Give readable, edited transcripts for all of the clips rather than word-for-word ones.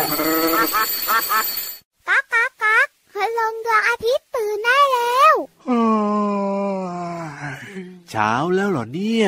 ก๊ากก๊ากก๊ากคืนลงดวงอาทิตย์ตื่นได้แล้วเช้าแล้วเหรอเนี่ย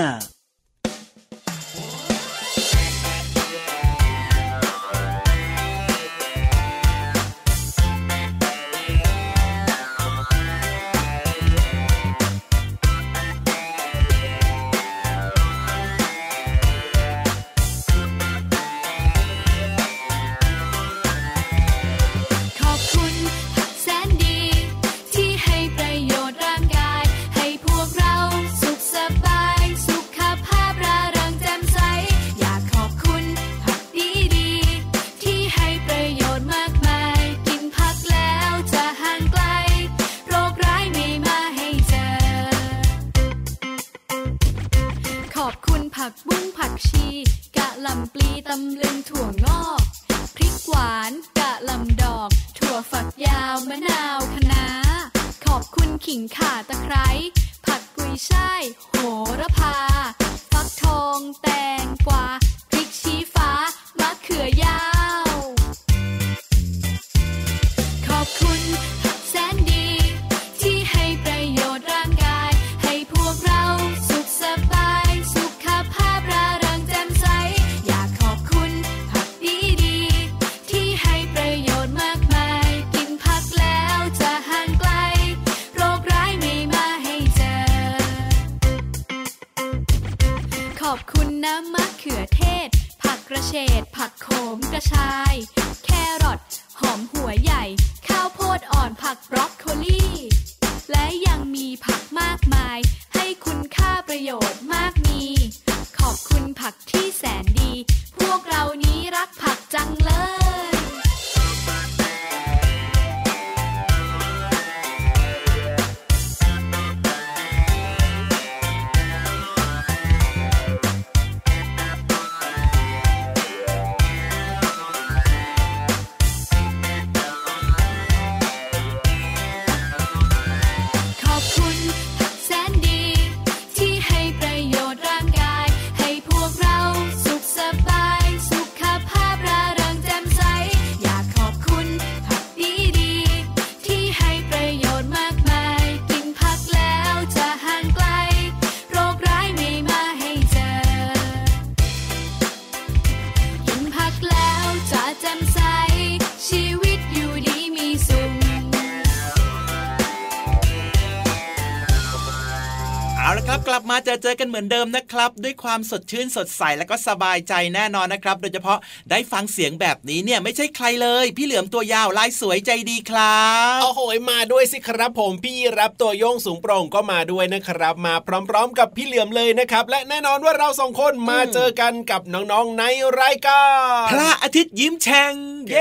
ผักบุ้งผักชีกะหล่ำปลีตำลึงถั่วงอกพริกหวานกะหล่ำดอกถั่วฝักยาวมะนาวคะน้าขอบคุณขิงข่าตะไคร้ผักกุยช่ายโหระพาฟักทองแตงกวาพริกชี้ฟ้ามะเขือยาวขอบคุณผักแสนดีที่ให้ประโยชน์ร่างกายให้พวกเราสุขสบายสุขภาพร่าเริงแจ่มใสอยากขอบคุณผักดีๆที่ให้ประโยชน์มากมายกินผักแล้วจะห่างไกลโรคร้ายไม่มาให้เจอขอบคุณน้ำมะเขือเทศผักกระเฉดผักโขมกระชายแครอทหอมหัวใหญ่ข้าวโพดอ่อนผักบรอกโคลีและยังมีผักมากมายให้คุณค่าประโยชน์มากมีขอบคุณผักที่แสนดีพวกเรานี้รักผักจังเลยกลับมาเจอกันเหมือนเดิมนะครับด้วยความสดชื่นสดใสและก็สบายใจแน่นอนนะครับโดยเฉพาะได้ฟังเสียงแบบนี้เนี่ยไม่ใช่ใครเลยพี่เหลือมตัวยาวลายสวยใจดีครับโอ้โหมาด้วยสิครับผมพี่รับตัวโยงสูงโปร่งก็มาด้วยนะครับมาพร้อมๆกับพี่เหลือมเลยนะครับและแน่นอนว่าเราสองคนมาเจอกันกับน้องๆในรายการพระอาทิตย์ยิ้มแฉ่งเย้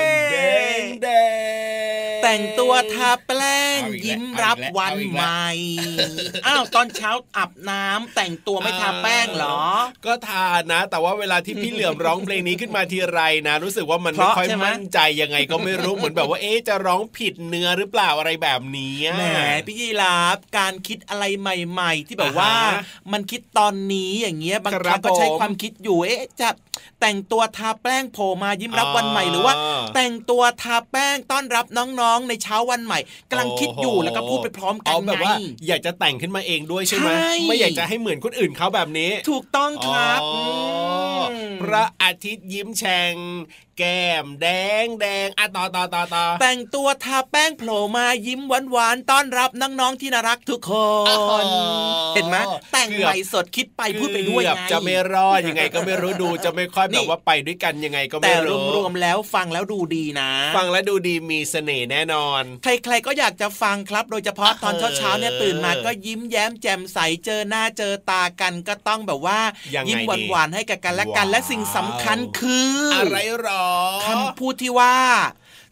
แต่งตัวทาแป้งยิ้มรับวันใหม่อ้าวตอนเช้าอาบน้ำแต่งตัวไม่ทาแป้งเหรอก็ทานะแต่ว่าเวลาที่พี่เหลือมร้องเพลงนี้ขึ้นมาทีไรนะรู้สึกว่ามันไม่ค่อยมั่นใจยังไงก็ไม่รู้เหมือนแบบว่าจะร้องผิดเนื้อหรือเปล่าอะไรแบบนี้แหมพี่ยีราฟการคิดอะไรใหม่ๆที่แบบว่ามันคิดตอนนี้อย่างเงี้ยบางครั้งก็ใช้ความคิดอยู่จะแต่งตัวทาแป้งโผล่มายิ้มรับวันใหม่หรือว่าแต่งตัวทาแป้งต้อนรับน้องๆในเช้าวันใหม่กำลังคิดอยู่แล้วก็พูดไปพร้อมกันแบบว่าอยากจะแต่งขึ้นมาเองด้วยใช่ไหมไม่อยากจะให้เหมือนคนอื่นเขาแบบนี้ถูกต้องครับพระอาทิตย์ยิ้มแฉ่งแก้มแดงต่อแต่งตัวทาแป้งโผล่มายิ้มหวานๆต้อนรับน้องๆที่น่ารักทุกคนเห็นไหมแต่งใหม่สดคิดไปพูดไปด้วยไงจะไม่รอดยังไงก็ไม่รู้ดูจะไม่ค่อยแบบว่าไปด้วยกันยังไงก็ไม่รู้แต่รวมๆแล้วฟังแล้วดูดีนะฟังแล้วดูดีมีเสน่ห์แน่นอนใครๆก็อยากจะฟังครับโดยเฉพาะตอนเช้าๆเนี่ยตื่นมาก็ยิ้มแย้มแจ่มใสเจอหน้าเจอตากันก็ต้องแบบว่ายิ้มหวานๆให้กันและกันและสิ่งสำคัญคืออะไรหรอคำพูดที่ว่า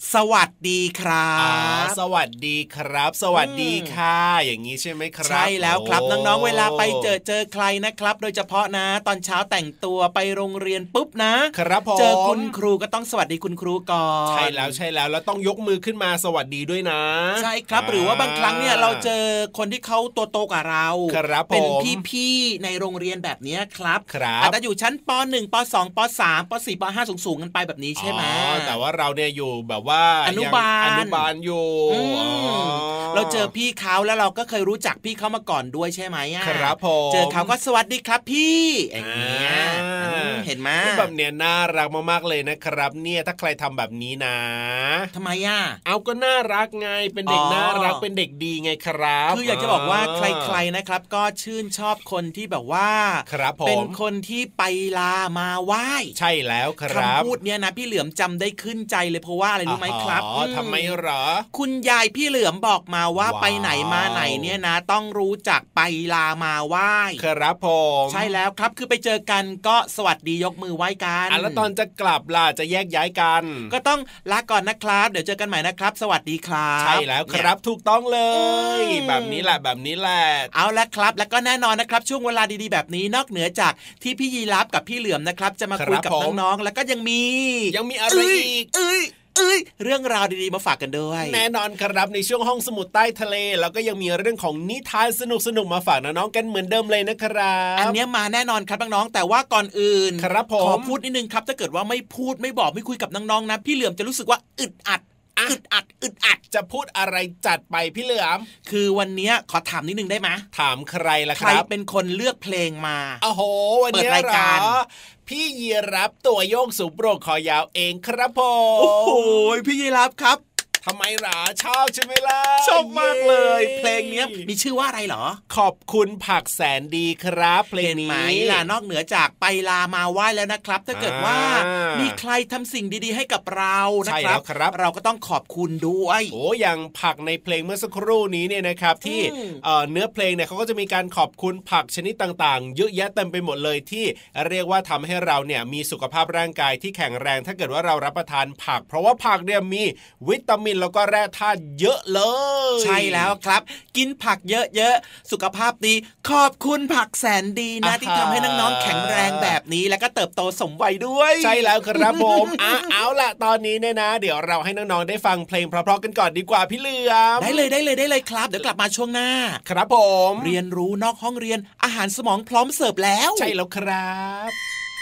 สวัสดีครับสวัสดีครับสวัสดีค่ะอย่างนี้ใช่ไหมครับใช่แล้วครับน้องๆเวลาไปเจอใครนะครับโดยเฉพาะนะตอนเช้าแต่งตัวไปโรงเรียนปุ๊บนะครับผมเจอคุณครูก็ต้องสวัสดีคุณครูก่อนใช่แล้วแล้วต้องยกมือขึ้นมาสวัสดีด้วยนะใช่ครับหรือว่าบางครั้งเนี่ยเราเจอคนที่เขาตัวโตกว่าเราเป็นพี่ๆในโรงเรียนแบบนี้ครับอาจจะอยู่ชั้นป.1 ป.2 ป.3 ป.4 ป.5 สูงๆกันไปแบบนี้ใช่ไหมแต่ว่าเราเนี่ยอยู่แบบว่าอนุบาลอยู่เราเจอพี่เขาแล้วเราก็เคยรู้จักพี่เขามาก่อนด้วยใช่ไหมครับผมเจอเขาก็สวัสดีครับพี่อย่างเงี้ยเห็นไหมแบบเนี้ยน่ารักมากๆเลยนะครับเนี่ยถ้าใครทำแบบนี้นะทำไมเอาก็น่ารักไงเป็นเด็กน่ารักเป็นเด็กดีไงครับคืออยากจะบอกว่าใครๆนะครับก็ชื่นชอบคนที่แบบว่าเป็นคนที่ไปลามาไหว้ใช่แล้วครับคำพูดเนี้ยนะพี่เหลือมจำได้ขึ้นใจเลยเพราะว่าอะไรรู้ไหมครับทำไมหรอคุณยายพี่เหลือมบอกมาว่าไปไหนมาไหนเนี่ยนะต้องรู้จักไปลามาไหว้ครับผมใช่แล้วครับคือไปเจอกันก็สวัสดียกมือไหว้กันแล้วตอนจะกลับล่ะจะแยกย้ายกันก็ต้องลาก่อนนะครับเดี๋ยวเจอกันใหม่นะครับสวัสดีครับใช่แล้วครับถูกต้องเลยแบบนี้แหละเอาละครับแล้วก็แน่นอนนะครับช่วงเวลาดีๆแบบนี้นอกเหนือจากที่พี่ยีรับกับพี่เหลือมนะครับจะมาคุยกับน้องๆแล้วก็ยังมีอะไรอีกเรื่องราวดีๆมาฝากกันด้วยแน่นอนครับในช่วงห้องสมุดใต้ทะเลแล้วก็ยังมีเรื่องของนิทานสนุกๆมาฝากน้องๆกันเหมือนเดิมเลยนะครับอันนี้มาแน่นอนครับน้องๆแต่ว่าก่อนอื่นครับผมขอพูดนิดนึงครับถ้าเกิดว่าไม่พูดไม่บอกไม่คุยกับน้องๆนะพี่เหลือมจะรู้สึกว่าอึดอัดจะพูดอะไรจัดไปพี่เหลือมคือวันนี้ขอถามนิดนึงได้ไหมถามใครล่ะครับใครเป็นคนเลือกเพลงมาโอ้โหวันนี้รายการพี่ยีรับตัวโยงสูงโปร่งคอยาวเองครับผมโอ้โหพี่ยีรับครับทำไมหรอชอบใช่ไหมล่ะชอบมากเลยเพลงนี้มีชื่อว่าอะไรหรอขอบคุณผักแสนดีครับเพลงนี้ล่ะนอกเหนือจากไปลามาไหว้แล้วนะครับถ้าเกิดว่ามีใครทำสิ่งดีๆให้กับเรานะครับเราก็ต้องขอบคุณด้วยโอ้อย่างผักในเพลงเมื่อสักครู่นี้เนี่ยนะครับที่เนื้อเพลงเนี่ยเขาก็จะมีการขอบคุณผักชนิดต่างๆเยอะแยะเต็มไปหมดเลยที่เรียกว่าทำให้เราเนี่ยมีสุขภาพร่างกายที่แข็งแรงถ้าเกิดว่าเรารับประทานผักเพราะว่าผักเนี่ยมีวิตามินแล้วก็แร่ธาตุเยอะเลยใช่แล้วครับกินผักเยอะๆสุขภาพดีขอบคุณผักแสนดีนะที่ทำให้น้องๆแข็งแรงแบบนี้แล้วก็เติบโตสมวัยด้วยใช่แล้วครับผมเอาล่ะตอนนี้เนี่ยนะเดี๋ยวเราให้น้องๆได้ฟังเพลงเพราะๆกันก่อนดีกว่าพี่เหลือมได้เลยครับเดี๋ยวกลับมาช่วงหน้าครับผมเรียนรู้นอกห้องเรียนอาหารสมองพร้อมเสิร์ฟแล้วใช่แล้วครับ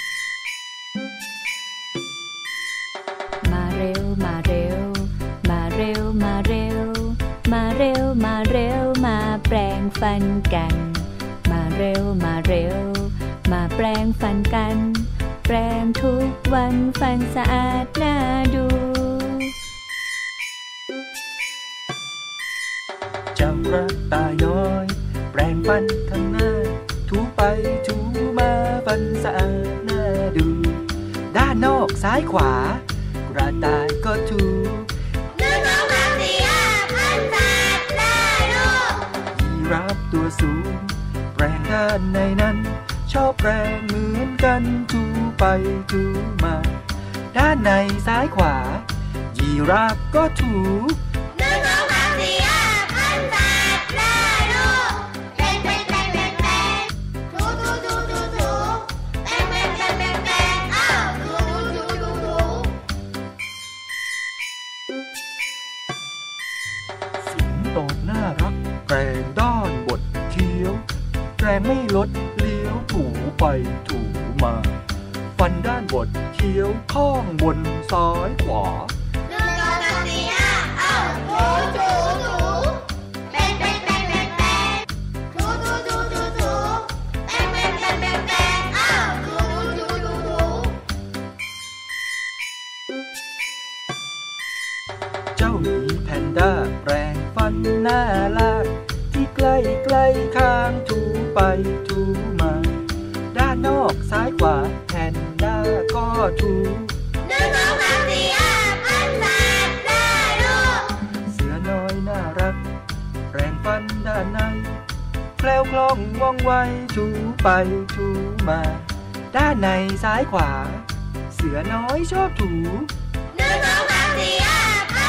มาเร็วมาเร็วมาเร็วมาเร็วมาเร็วมาเร็วมาแปรงฟันกันมาเร็วมาเร็วมาแปรงฟันกันแปรงทุกวันฟันสะอาดน่าดูเจ้ากระต่ายน้อยแปรงฟันข้างหน้าถูไปถูมาฟันสะอาดน่าดูด้านนอกซ้ายขวากระต่ายก็ถูรับตัวสูงแปรงด้านในนั้นชอบแปรงเหมือนกันถูไปถูมาด้านในซ้ายขวายีราฟก็ถูสิงโตน่ารักแปรงด้านบดเคี้ยวแปรงไม่ลดเลี้ยวถูไปถูมาฟันด้านบดเคี้ยวข้างบนซ้ายขวาเจ้าหมีแพนด้าแปรงฟันหน้าลากที่ใกล้ๆข้างถูไปถูมาด้านนอกซ้ายขวาแพนด้าก็ถูเสือน้อยน่ารักแปรงฟันด้านในแคล้วคล่องว่องไวถูไปถูมาด้านในซ้ายขวาเสือน้อยชอบถู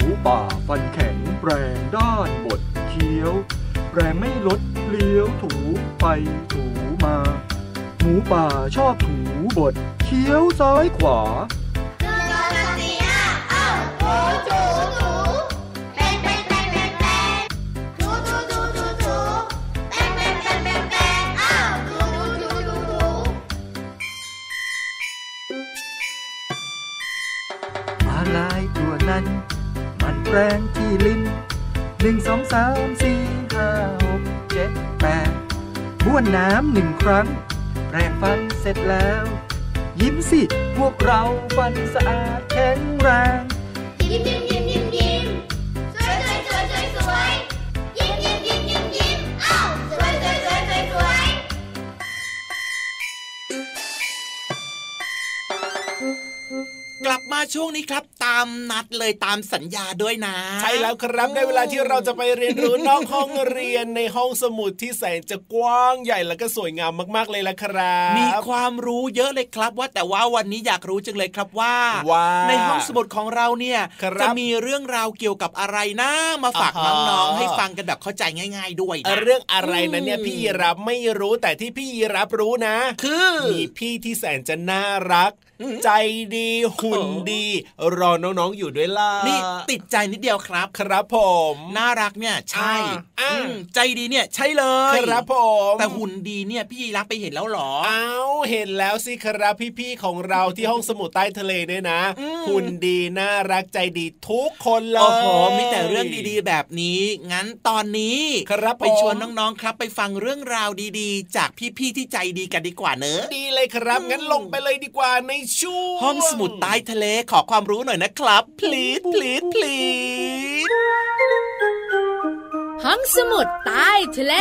ป่าฟันแข็งแปรงด้านบดเคี้ยวแปรงไม่ลดเลี้ยวถูไปถูมาหมูป่าชอบถูบดเคี้ยวซ้ายขวามาลายตัวนั้นมันแปรงที่ลิ้น1 2 3 4 5 6 7 8บ้วนน้ำ1 ครั้งแปรงฟันเสร็จแล้วยิ้มสิพวกเราฟันสะอาดแข็งแรงยิ้มยิ้มยิ้มยิ้มยิ้มสวยสวยสวยสวยสวยยิ้มยิ้มยิ้มยิ้มยิ้มอ้าวสวยสวยสวยสวยสวยกลับมาช่วงนี้ครับตามนัดเลยตามสัญญาด้วยนะใช่แล้วครับได้เวลาที่เราจะไปเรียนรู้นอกห้องเรียนในห้องสมุดที่แสนจะกว้างใหญ่และก็สวยงามมากๆเลยล่ะครับมีความรู้เยอะเลยครับว่าแต่ว่าวันนี้อยากรู้จังเลยครับว่าในห้องสมุดของเราเนี่ยจะมีเรื่องราวเกี่ยวกับอะไรนะมาฝากน้องๆให้ฟังกันแบบเข้าใจง่ายๆด้วยนะเรื่องอะไรนั้นเนี่ยพี่ยีรับไม่รู้แต่ที่พี่ยีรับรู้นะคือมีพี่ที่แสนจะน่ารักใจดีหุ่นดีรอน้องๆอยู่ด้วยล่ะนี่ติดใจนิดเดียวครับครับผมน่ารักเนี่ยใช่ใจดีเนี่ยใช่เลยครับผมแต่หุ่นดีเนี่ยพี่รักไปเห็นแล้วหรออ้าวเห็นแล้วสิครับพี่ๆของเราที่ห้องสมุดใต้ทะเลเนี่ยนะหุ่นดีน่ารักใจดีทุกคนเลยโอ้โหมีแต่เรื่องดีๆแบบนี้งั้นตอนนี้ครับไปชวนน้องๆครับไปฟังเรื่องราวดีๆจากพี่ๆที่ใจดีกันดีกว่าเนอะดีเลยครับงั้นลงไปเลยดีกว่าในห้องสมุดใต้ทะเลขอความรู้หน่อยนะครับ please ห้องสมุดใต้ทะเล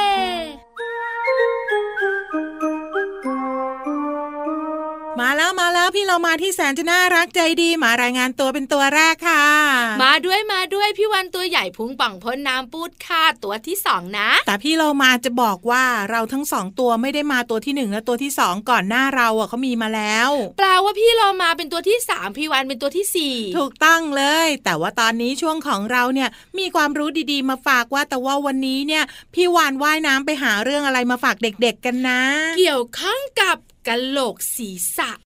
มาแล้วพี่เรามาที่แสนจะน่ารักใจดีมารายงานตัวเป็นตัวแรกค่ะมาด้วยพี่วันตัวใหญ่พุงป่องพ้นน้ำปูดค่ะตัวที่2นะแต่พี่เรามาจะบอกว่าเราทั้ง2ตัวไม่ได้มาตัวที่1และตัวที่2ก่อนหน้าเราอ่ะเขามีมาแล้วแปลว่าพี่เรามาเป็นตัวที่3พี่วันเป็นตัวที่4 ถูกต้องเลยแต่ว่าตอนนี้ช่วงของเราเนี่ยมีความรู้ดีๆมาฝากว่าแต่ว่าวันนี้เนี่ยพี่วานว่ายน้ำไปหาเรื่องอะไรมาฝากเด็กๆกันนะเกี่ยวข้องกับกะโหลกศีรษะ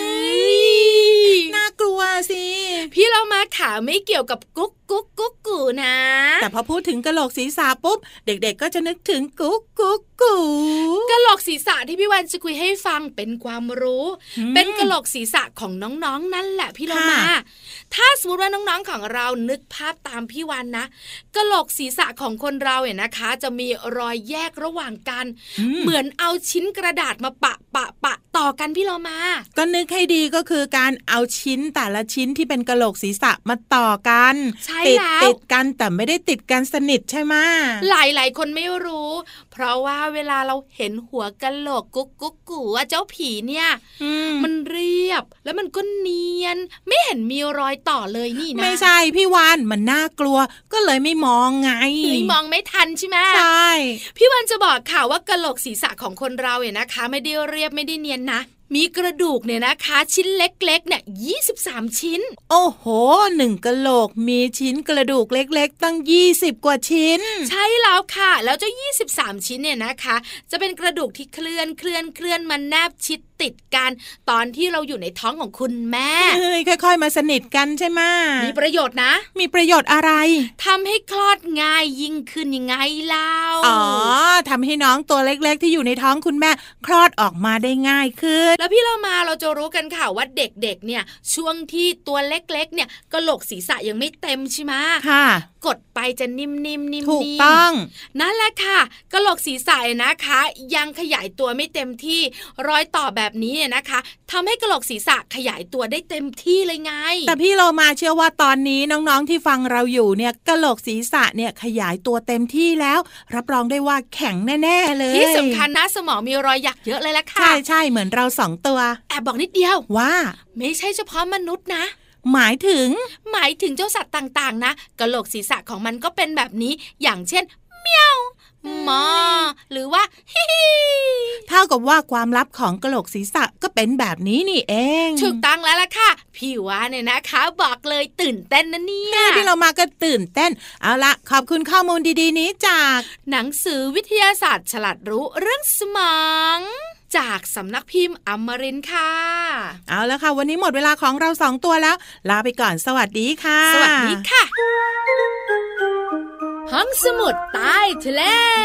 น่ากลัวสิพี่เรามาขาไม่เกี่ยวกับกุ๊กกูนะแต่พอพูดถึงกะโหลกศีรษะปุ๊บเด็กๆก็จะนึกถึงกุ๊กกูกะโหลกศีรษะที่พี่วันจะคุยให้ฟังเป็นความรู้เป็นกะโหลกศีรษะของน้องๆนั่นแหละพี่เรามาถ้าสมมติว่าน้องๆของเรานึกภาพตามพี่วันนะกะโหลกศีรษะของคนเราเนี่ยนะคะจะมีรอยแยกระหว่างกันเหมือนเอาชิ้นกระดาษมาปะต่อกันพี่เรามาก็นึกให้ดีก็คือการเอาชิ้นแต่ละชิ้นที่เป็นกะโหลกศีรษะมาต่อกันติดกันแต่ไม่ได้ติดกันสนิทใช่ไหมหลายคนไม่รู้เพราะว่าเวลาเราเห็นหัวกะโหลกกุ๊กกูว่าเจ้าผีเนี่ยมันเรียบแล้วมันก็เนียนไม่เห็นมีรอยต่อเลยนี่นะไม่ใช่พี่วานมันน่ากลัวก็เลยไม่มองไงมองไม่ทันใช่ไหมใช่พี่วานจะบอกค่ะว่ากะโหลกศีรษะของคนเราเนี่ยนะคะไม่ได้เรียบไม่ได้เนียนนะมีกระดูกเนี่ยนะคะชิ้นเล็กๆเนี่ย23ชิ้นโอ้โห1กะโหลกมีชิ้นกระดูกเล็กๆตั้ง20กว่าชิ้นใช่แล้วค่ะแล้วเจ้า23ชิ้นเนี่ยนะคะจะเป็นกระดูกที่เคลื่อนมันแนบชิดติดกันตอนที่เราอยู่ในท้องของคุณแม่ค่อยๆมาสนิทกันใช่ไหมมีประโยชน์นะมีประโยชน์อะไรทำให้คลอดง่ายยิ่งขึ้นยังไงเล่าอ๋อทำให้น้องตัวเล็กๆที่อยู่ในท้องคุณแม่คลอดออกมาได้ง่ายขึ้นแล้วพี่เราจะรู้กันค่ะว่าเด็กๆเนี่ยช่วงที่ตัวเล็กๆเนี่ยกะโหลกศีรษะยังไม่เต็มใช่ไหมค่ะกดไปจะนิ่มๆถูกต้องนั่นแหละค่ะกะโหลกศีรษะนะคะยังขยายตัวไม่เต็มที่รอยต่อแบบนี้เนี่ยนะคะทำให้กะโหลกศีรษะขยายตัวได้เต็มที่เลยไงแต่พี่เรามาเชื่อว่าตอนนี้น้องๆที่ฟังเราอยู่เนี่ยกะโหลกศีรษะเนี่ยขยายตัวเต็มที่แล้วรับรองได้ว่าแข็งแน่ๆเลยที่สำคัญนะสมองมีรอยหยักเยอะเลยละค่ะใช่เหมือนเรา2ตัวแอบบอกนิดเดียวว่าไม่ใช่เฉพาะมนุษย์นะหมายถึงเจ้าสัตว์ต่างๆนะกะโหลกศีรษะของมันก็เป็นแบบนี้อย่างเช่นเมียวมอหรือว่าฮิฮิเท่ากับว่าความลับของกะโหลกศีรษะก็เป็นแบบนี้นี่เองถูกต้องแล้วล่ะค่ะพี่ว่าเนี่ยนะคะบอกเลยตื่นเต้นนะเนี่ยที่เรามาก็ตื่นเต้นเอาละขอบคุณข้อมูลดีๆนี้จากหนังสือวิทยาศาสตร์ฉลาดรู้เรื่องสมองจากสำนักพิมพ์อมรินทร์ค่ะเอาละค่ะวันนี้หมดเวลาของเรา2ตัวแล้วลาไปก่อนสวัสดีค่ะสวัสดีค่ะห้องสมุดใต้ทะเล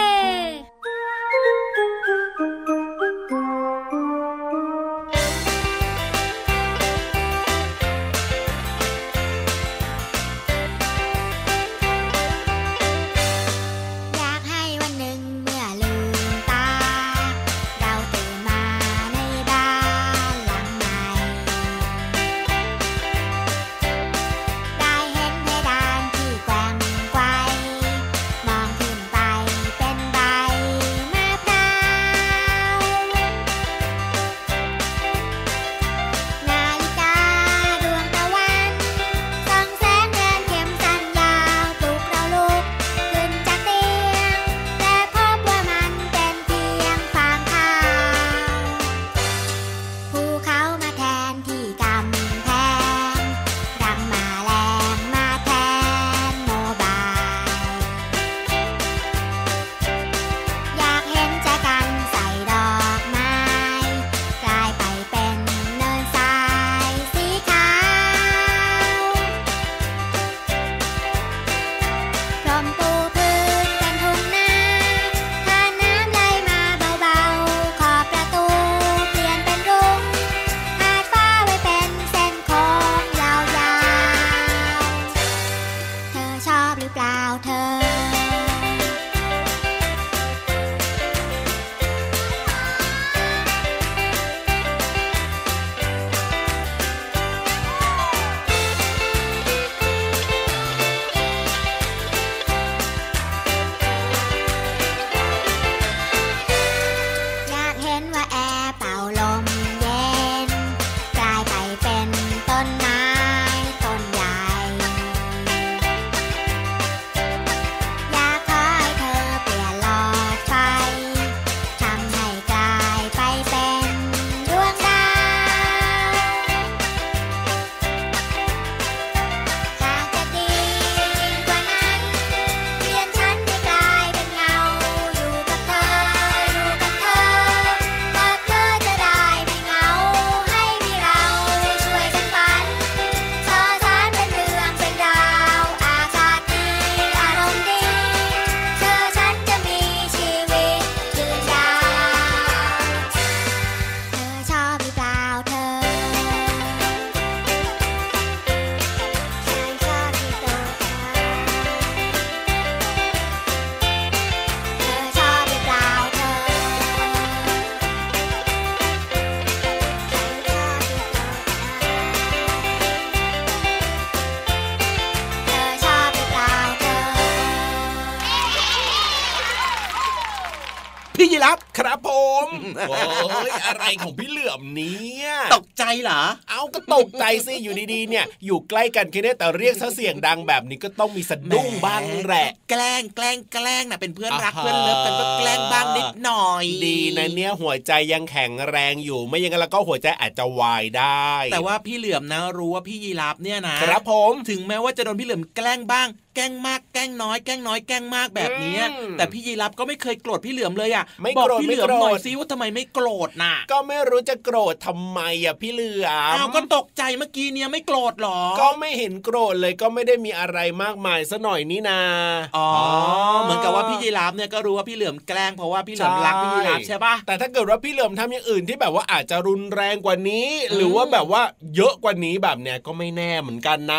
พี่ยีรับครับผมโอ้ยอะไรของพี่เหลือมเนี่ยตกใจเหรอเอาก็ตกใจสิอยู่ดีๆเนี่ยอยู่ใกล้กันแค่นี้แต่เรียกซะเสียงดังแบบนี้ก็ต้องมีสะดุ้งบ้างแหละแกล้งน่ะเป็นเพื่อนรักเพื่อนเลิฟกันก็แกล้งบ้างนิดหน่อยดีนะเนี่ยหัวใจยังแข็งแรงอยู่ไม่อย่างนั้นแล้วก็หัวใจอาจจะวายได้แต่ว่าพี่เหลือมนะรู้ว่าพี่ยีรับเนี่ยนะครับผมถึงแม้ว่าจะโดนพี่เหลือมแกล้งบ้างแกล้งมากแกล้งน้อยแกล้งน้อยแกล้งมากแบบนี้แต่พี่ยีรับก็ไม่เคยโกรธพี่เหลือมเลยอ่ะบอกพี่เหลือมหน่อยซิว่าทำไมไม่โกรธน่ะก็ไม่รู้จะโกรธทำไมอ่ะพี่เหลือมก็ตกใจเมื่อกี้เนี่ยไม่โกรธหรอก็ไม่เห็นโกรธเลยก็ไม่ได้มีอะไรมากมายซะหน่อยนี่นาเหมือนกับว่าพี่ยีรับเนี่ยก็รู้ว่าพี่เหลือมแกล้งเพราะว่าพี่เหลือมรักพี่ยีรับใช่ป่ะแต่ถ้าเกิดว่าพี่เหลือมทำอย่างอื่นที่แบบว่าอาจจะรุนแรงกว่านี้หรือว่าแบบว่าเยอะกว่านี้แบบเนี้ยก็ไม่แน่เหมือนกันนะ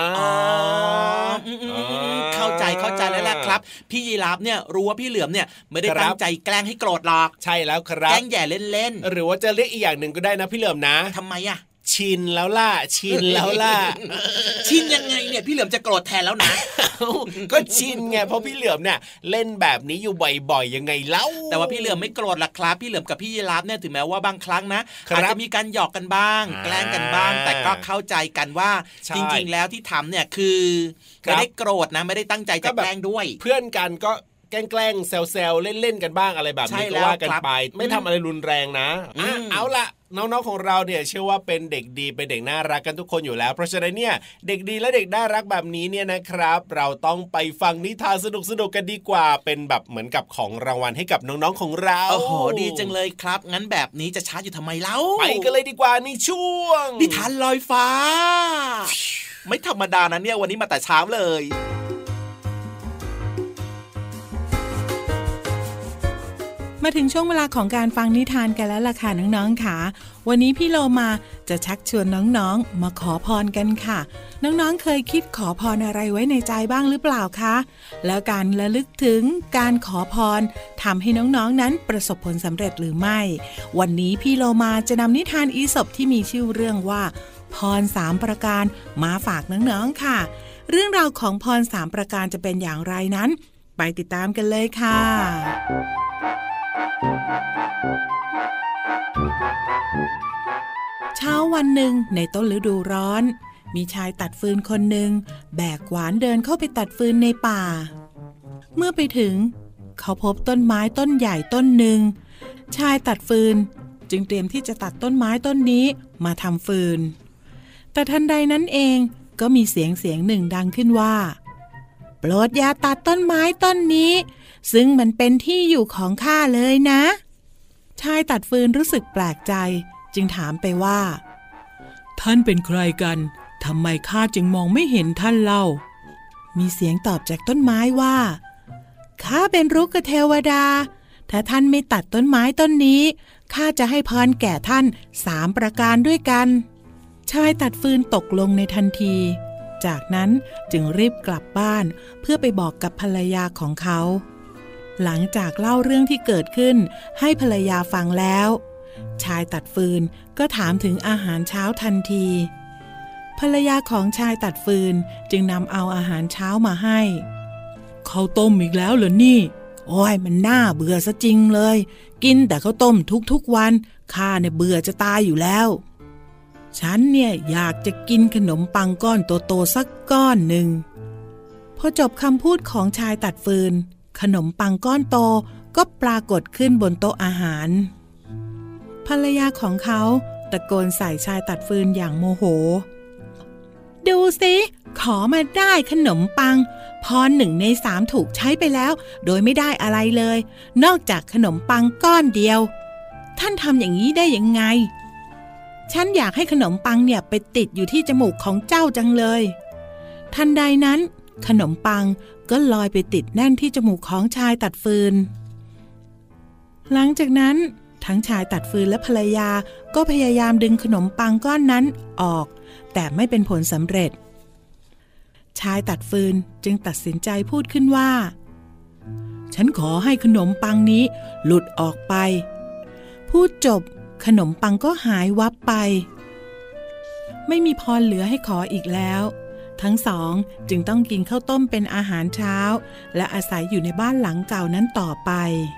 เข้าใจแล้วแหละครับพี่ยีราฟเนี่ยรู้ว่าพี่เหลือมเนี่ยไม่ได้ตั้งใจแกล้งให้โกรธหรอกใช่แล้วครับแกล้งแย่เล่นๆหรือว่าจะเรียกอีกอย่างหนึ่งก็ได้นะพี่เหลือมนะทำไมอ่ะชินแล้วล่ะชินยังไงเนี่ยพี่เหลือมจะโกรธแทนแล้วนะก็ชินไงเพราะพี่เหลือมเนี่ยเล่นแบบนี้อยู่บ่อยๆยังไงเล่าแต่ว่าพี่เหลือมไม่โกรธหรอกครับพี่เหลือมกับพี่ยีราฟเนี่ยถึงแม้ว่าบางครั้งนะอาจจะมีการหยอกกันบ้างแกล้งกันบ้างแต่ก็เข้าใจกันว่าจริงๆแล้วที่ทำเนี่ยคือไม่ได้โกรธนะไม่ได้ตั้งใจจะแกล้งด้วยเพื่อนกันก็แแกล้งแซวๆเล่นๆกันบ้างอะไรแบบนี้ก็ว่ากันไปไม่ทำอะไรรุนแรงนะเอาล่ะน้องๆของเราเนี่ยเชื่อว่าเป็นเด็กดีเป็นเด็กน่ารักกันทุกคนอยู่แล้วเพราะฉะนั้นเนี่ยเด็กดีและเด็กน่ารักแบบนี้เนี่ยนะครับเราต้องไปฟังนิทานสนุกๆกันดีกว่าเป็นแบบเหมือนกับของรางวัลให้กับน้องๆของเราโอ้โหดีจังเลยครับงั้นแบบนี้จะช้าอยู่ทำไมเล่าไปกันเลยดีกว่าในช่วงนิทานลอยฟ้าไม่ธรรมดานะเนี่ยวันนี้มาแต่เช้าเลยมาถึงช่วงเวลาของการฟังนิทานกันแล้วล่ะค่ะน้องๆค่ะวันนี้พี่โลมาจะชักชวนน้องๆมาขอพรกันค่ะน้องๆเคยคิดขอพรอะไรไว้ในใจบ้างหรือเปล่าคะแล้วการระลึกถึงการขอพรทำให้น้องๆนั้นประสบผลสำเร็จหรือไม่วันนี้พี่โลมาจะนำนิทานอีสปที่มีชื่อเรื่องว่าพร3ประการมาฝากน้องๆค่ะเรื่องราวของพร3ประการจะเป็นอย่างไรนั้นไปติดตามกันเลยค่ะเช้าวันหนึ่งในต้นฤดูร้อนมีชายตัดฟืนคนหนึ่งแบกขวานเดินเข้าไปตัดฟืนในป่าเมื่อไปถึงเขาพบต้นไม้ต้นใหญ่ต้นหนึ่งชายตัดฟืนจึงเตรียมที่จะตัดต้นไม้ต้นนี้มาทำฟืนแต่ทันใดนั้นเองก็มีเสียงหนึ่งดังขึ้นว่าโปรดอย่าตัดต้นไม้ต้นนี้ซึ่งมันเป็นที่อยู่ของข้าเลยนะชายตัดฟืนรู้สึกแปลกใจจึงถามไปว่าท่านเป็นใครกันทำไมข้าจึงมองไม่เห็นท่านเล่ามีเสียงตอบจากต้นไม้ว่าข้าเป็นรุกเทวดาถ้าท่านไม่ตัดต้นไม้ต้นนี้ข้าจะให้พรแก่ท่าน3ประการด้วยกันชายตัดฟืนตกลงในทันทีจากนั้นจึงรีบกลับบ้านเพื่อไปบอกกับภรรยาของเขาหลังจากเล่าเรื่องที่เกิดขึ้นให้ภรรยาฟังแล้วชายตัดฟืนก็ถามถึงอาหารเช้าทันทีภรรยาของชายตัดฟืนจึงนำเอาอาหารเช้ามาให้ข้าวต้มอีกแล้วเหรอนี่โอ้ยมันน่าเบื่อซะจริงเลยกินแต่ข้าวต้มทุกวันข้าเนี่ยเบื่อจะตายอยู่แล้วฉันเนี่ยอยากจะกินขนมปังก้อนโตๆสักก้อนหนึ่งพอจบคำพูดของชายตัดฟืนขนมปังก้อนโตก็ปรากฏขึ้นบนโต๊ะอาหารภรรยาของเขาตะโกนใส่ชายตัดฟืนอย่างโมโหดูสิขอมาได้ขนมปังพร1 ใน 3ถูกใช้ไปแล้วโดยไม่ได้อะไรเลยนอกจากขนมปังก้อนเดียวท่านทำอย่างนี้ได้ยังไงฉันอยากให้ขนมปังเนี่ยไปติดอยู่ที่จมูกของเจ้าจังเลยทันใดนั้นขนมปังก็ลอยไปติดแน่นที่จมูกของชายตัดฟืนหลังจากนั้นทั้งชายตัดฟืนและภรรยาก็พยายามดึงขนมปังก้อนนั้นออกแต่ไม่เป็นผลสำเร็จชายตัดฟืนจึงตัดสินใจพูดขึ้นว่าฉันขอให้ขนมปังนี้หลุดออกไปพูดจบขนมปังก็หายวับไปไม่มีพรเหลือให้ขออีกแล้วทั้งสองจึงต้องกินข้าวต้มเป็นอาหารเช้าและอาศัยอยู่ในบ้านหลังเก่านั้นต่อไป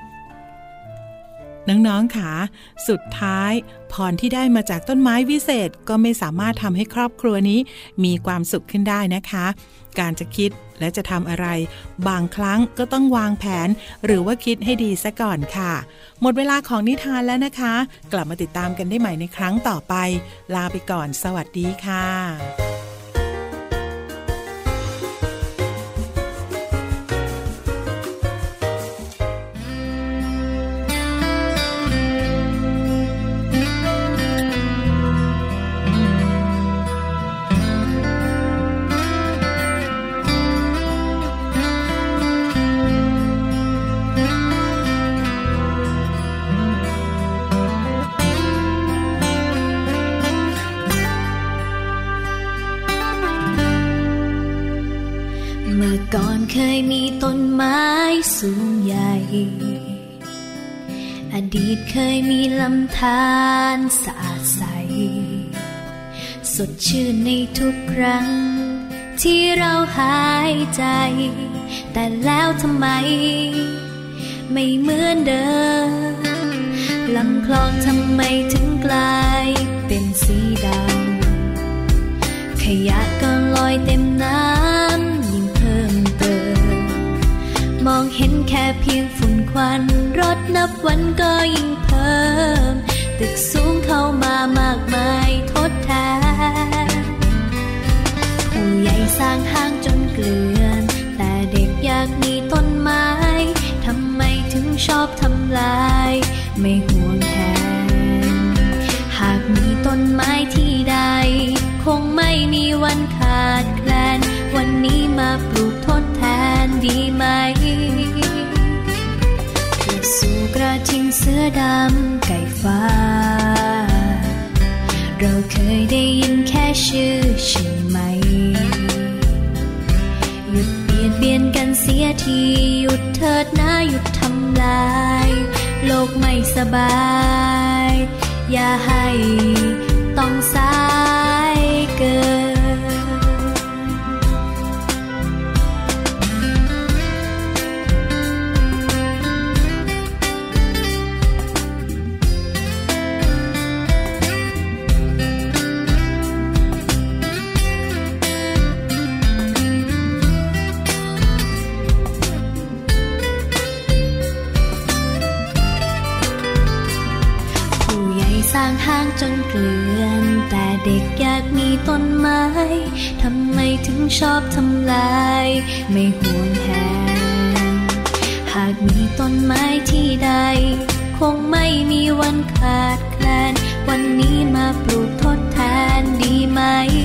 น้องๆค่ะสุดท้ายพรที่ได้มาจากต้นไม้วิเศษก็ไม่สามารถทำให้ครอบครัวนี้มีความสุขขึ้นได้นะคะการจะคิดและจะทำอะไรบางครั้งก็ต้องวางแผนหรือว่าคิดให้ดีซะก่อนค่ะหมดเวลาของนิทานแล้วนะคะกลับมาติดตามกันได้ใหม่ในครั้งต่อไปลาไปก่อนสวัสดีค่ะก่อนเคยมีต้นไม้สูงใหญ่อดีตเคยมีลำธารสะอาดใสสดชื่นในทุกครั้งที่เราหายใจแต่แล้วทำไมไม่เหมือนเดิมลำคลองทำไมถึงกลายเป็นสีดำขยะก็ลอยเต็มน้ำมองเห็นแค่นับวันก็ยิ่งเพิ่มตึกสูงเข้ามามากมายทดแทนผู้ใหญ่สร้างห้างจนเกลื่อนแต่เด็กอยากมีต้นไม้ทำไมถึงชอบทำลายไม่ห่วงแทนหากมีต้นไม้ที่ใดคงไม่มีวันขาดแคลนวันนี้มาปลูกทดแทนดีไหมกระสูกระทิงเสือดำไก่ฟ้าเราเคยได้ยินแค่ชื่อใช่ไหมหยุดเบียดเบียนกันเสียทีหยุดเถิดนะหยุดทำลายโลกไม่สบายอย่าให้ต้องสายเกินสร้างห้างจนเกลื่อนแต่เด็กอยากมีต้นไม้ทำไมถึงชอบทำลายไม่ห่วงแหนหากมีต้นไม้ที่ใดคงไม่มีวันขาดแคลนวันนี้มาปลูกทดแทนดีไหม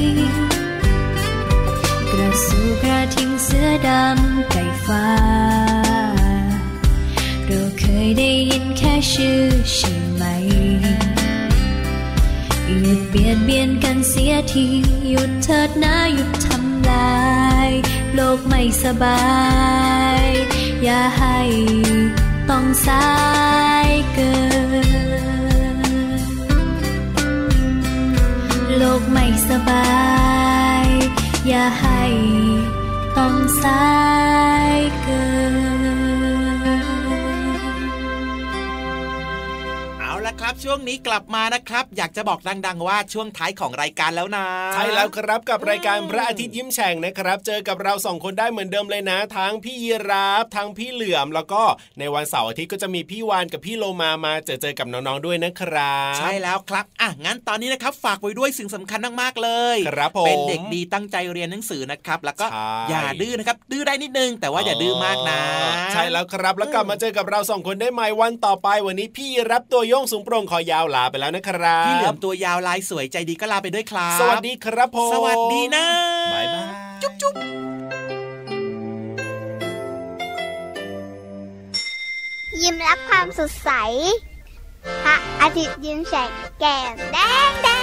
กระสูกระทิงเสือดำไก่ฟ้าเราเคยได้ยินแค่ชื่อใช่ไหมหยุดเบียดเบียนกันเสียทีหยุดเถิดนะหยุดทำลายโลกไม่สบายอย่าให้ต้องสายเกินโลกไม่สบายอย่าให้ต้องสายเกินครับช่วงนี้กลับมานะครับอยากจะบอกดังๆว่าช่วงท้ายของรายการแล้วนะใช่แล้วครับกับรายการพระอาทิตย์ยิ้มแฉ่งนะครับเจอกับเรา2คนได้เหมือนเดิมเลยนะทั้งพี่ยีราฟทั้งพี่เหลือมแล้วก็ในวันเสาร์อาทิตย์ก็จะมีพี่วานกับพี่โลมาเจอกับน้องๆด้วยนะครับใช่แล้วครับงั้นตอนนี้นะครับฝากไว้ด้วยสิ่งสำคัญมากๆเลยครับผมเป็นเด็กดีตั้งใจเรียนหนังสือนะครับแล้วก็อย่าดื้อนะครับดื้อได้นิดนึงแต่ว่าอย่าดื้อมากนะใช่แล้วครับแล้วกลับมาเจอกับเรา2คนได้ใหม่วันต่อไปวันนี้พี่ยีราฟตัวโยงสูงโปร่งคอยาวลาไปแล้วนะครับพี่เหลือมตัวยาวลายสวยใจดีก็ลาไปด้วยครับสวัสดีครับผมสวัสดีนะบ๊ายบายจุ๊บยิ้มรับความสดใสพระอาทิตย์ยิ้มแฉกแก้มแดง